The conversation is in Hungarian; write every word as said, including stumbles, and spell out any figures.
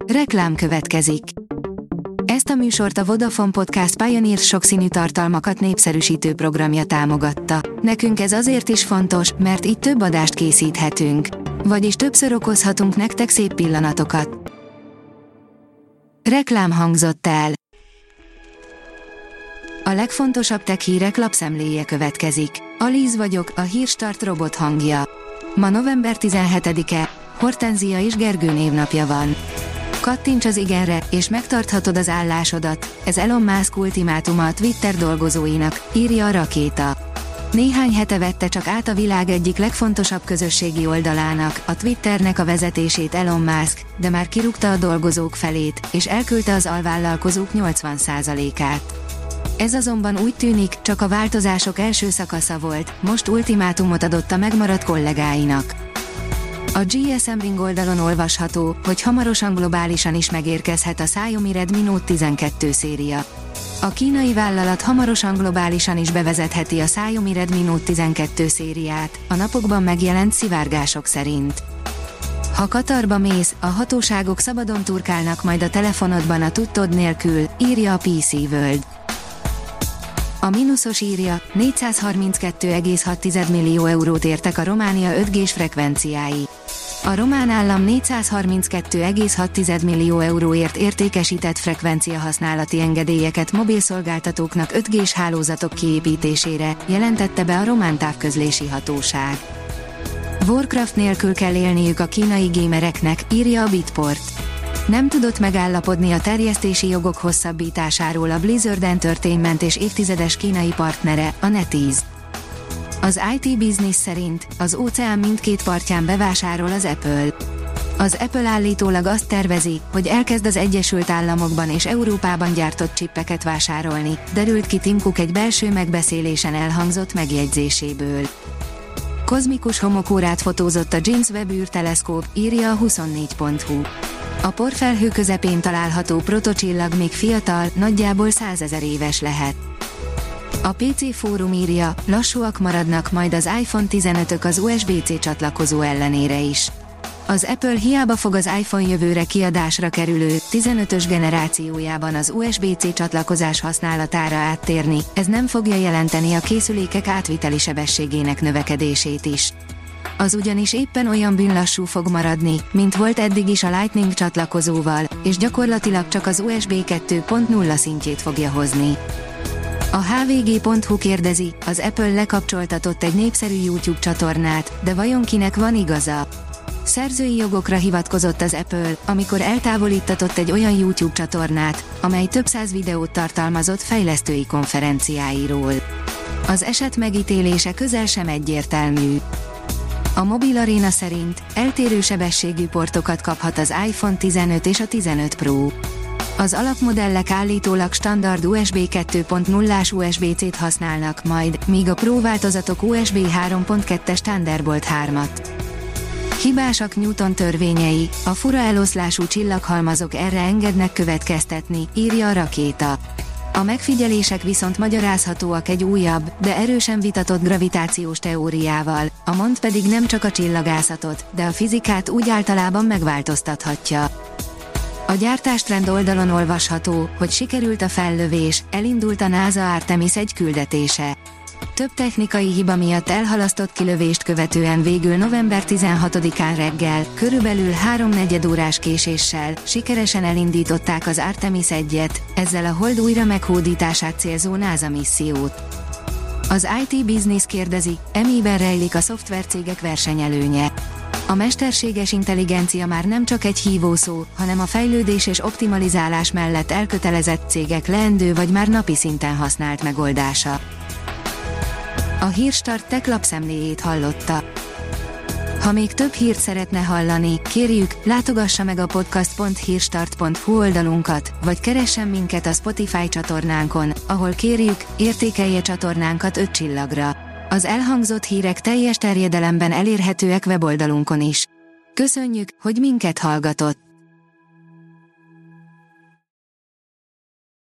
Reklám következik. Ezt a műsort a Vodafone Podcast Pioneer sokszínű tartalmakat népszerűsítő programja támogatta. Nekünk ez azért is fontos, mert így több adást készíthetünk. Vagyis többször okozhatunk nektek szép pillanatokat. Reklám hangzott el. A legfontosabb tech hírek lapszemléje következik. Alíz vagyok, a Hírstart robot hangja. Ma november tizenhetedike, Hortenzia és Gergő névnapja van. Kattints az igenre, és megtarthatod az állásodat, ez Elon Musk ultimátuma a Twitter dolgozóinak, írja a Rakéta. Néhány hete vette csak át a világ egyik legfontosabb közösségi oldalának, a Twitternek a vezetését Elon Musk, de már kirúgta a dolgozók felét, és elküldte az alvállalkozók nyolcvan százalékát. Ez azonban úgy tűnik, csak a változások első szakasza volt, most ultimátumot adott a megmaradt kollégáinak. A gé es em Ring oldalon olvasható, hogy hamarosan globálisan is megérkezhet a Xiaomi Redmi Note tizenkettő széria. A kínai vállalat hamarosan globálisan is bevezetheti a Xiaomi Redmi Note tizenkettő szériát, a napokban megjelent szivárgások szerint. Ha Katarba mész, a hatóságok szabadon turkálnak majd a telefonodban a tudtod nélkül, írja a pé cé World. A mínuszos írja, négyszázharminckettő egész hat millió eurót értek a Románia öt gés frekvenciái. A román állam négyszázharminckettő egész hat millió euróért értékesített frekvencia használati engedélyeket mobilszolgáltatóknak öt gés hálózatok kiépítésére, jelentette be a román távközlési hatóság. Warcraft nélkül kell élniük a kínai gamereknek, írja a Bitport. Nem tudott megállapodni a terjesztési jogok hosszabbításáról a Blizzard Entertainment és évtizedes kínai partnere, a NetEase. Az i té Business szerint az óceán mindkét partján bevásárol az Apple. Az Apple állítólag azt tervezi, hogy elkezd az Egyesült Államokban és Európában gyártott csippeket vásárolni, derült ki Tim Cook egy belső megbeszélésen elhangzott megjegyzéséből. Kozmikus homokórát fotózott a James Webb űrteleszkóp, írja a huszonnégy pont hu. A porfelhő közepén található protocsillag még fiatal, nagyjából százezer éves lehet. A pé cé Fórum írja, lassúak maradnak majd az iPhone tizenötök az u es bé-C csatlakozó ellenére is. Az Apple hiába fog az iPhone jövőre kiadásra kerülő, tizenötös generációjában az u es bé-C csatlakozás használatára áttérni, ez nem fogja jelenteni a készülékek átviteli sebességének növekedését is. Az ugyanis éppen olyan bűnlassú fog maradni, mint volt eddig is a Lightning csatlakozóval, és gyakorlatilag csak az u es bé kettő pont nulla szintjét fogja hozni. A há vé gé pont hu kérdezi, az Apple lekapcsoltatott egy népszerű YouTube csatornát, de vajon kinek van igaza? Szerzői jogokra hivatkozott az Apple, amikor eltávolítatott egy olyan YouTube csatornát, amely több száz videót tartalmazott fejlesztői konferenciáiról. Az eset megítélése közel sem egyértelmű. A Mobil Arena szerint eltérő sebességű portokat kaphat az iPhone tizenöt és a tizenöt Pro. Az alapmodellek állítólag standard u es bé kettő pont nullás u es bé-C-t használnak majd, míg a Pro változatok u es bé három pont kettes Thunderbolt hármat. Hibásak Newton törvényei, a fura eloszlású csillaghalmazok erre engednek következtetni, írja a Rakéta. A megfigyelések viszont magyarázhatóak egy újabb, de erősen vitatott gravitációs teóriával, a MOND pedig nem csak a csillagászatot, de a fizikát úgy általában megváltoztathatja. A gyártástrend oldalon olvasható, hogy sikerült a fellövés, elindult a NASA Artemis egy küldetése. Több technikai hiba miatt elhalasztott kilövést követően végül november tizenhatodikán reggel, körülbelül háromnegyed órás késéssel, sikeresen elindították az Artemis egyet, ezzel a Hold újra meghódítását célzó NASA missziót. Az i té Business kérdezi, emiben rejlik a szoftvercégek versenyelőnye. A mesterséges intelligencia már nem csak egy hívószó, hanem a fejlődés és optimalizálás mellett elkötelezett cégek leendő vagy már napi szinten használt megoldása. A Hírstart Tech lapszemléjét hallotta. Ha még több hírt szeretne hallani, kérjük, látogassa meg a podcast pont hírstart pont hu oldalunkat, vagy keressen minket a Spotify csatornánkon, ahol kérjük, értékelje csatornánkat öt csillagra. Az elhangzott hírek teljes terjedelemben elérhetőek weboldalunkon is. Köszönjük, hogy minket hallgatott!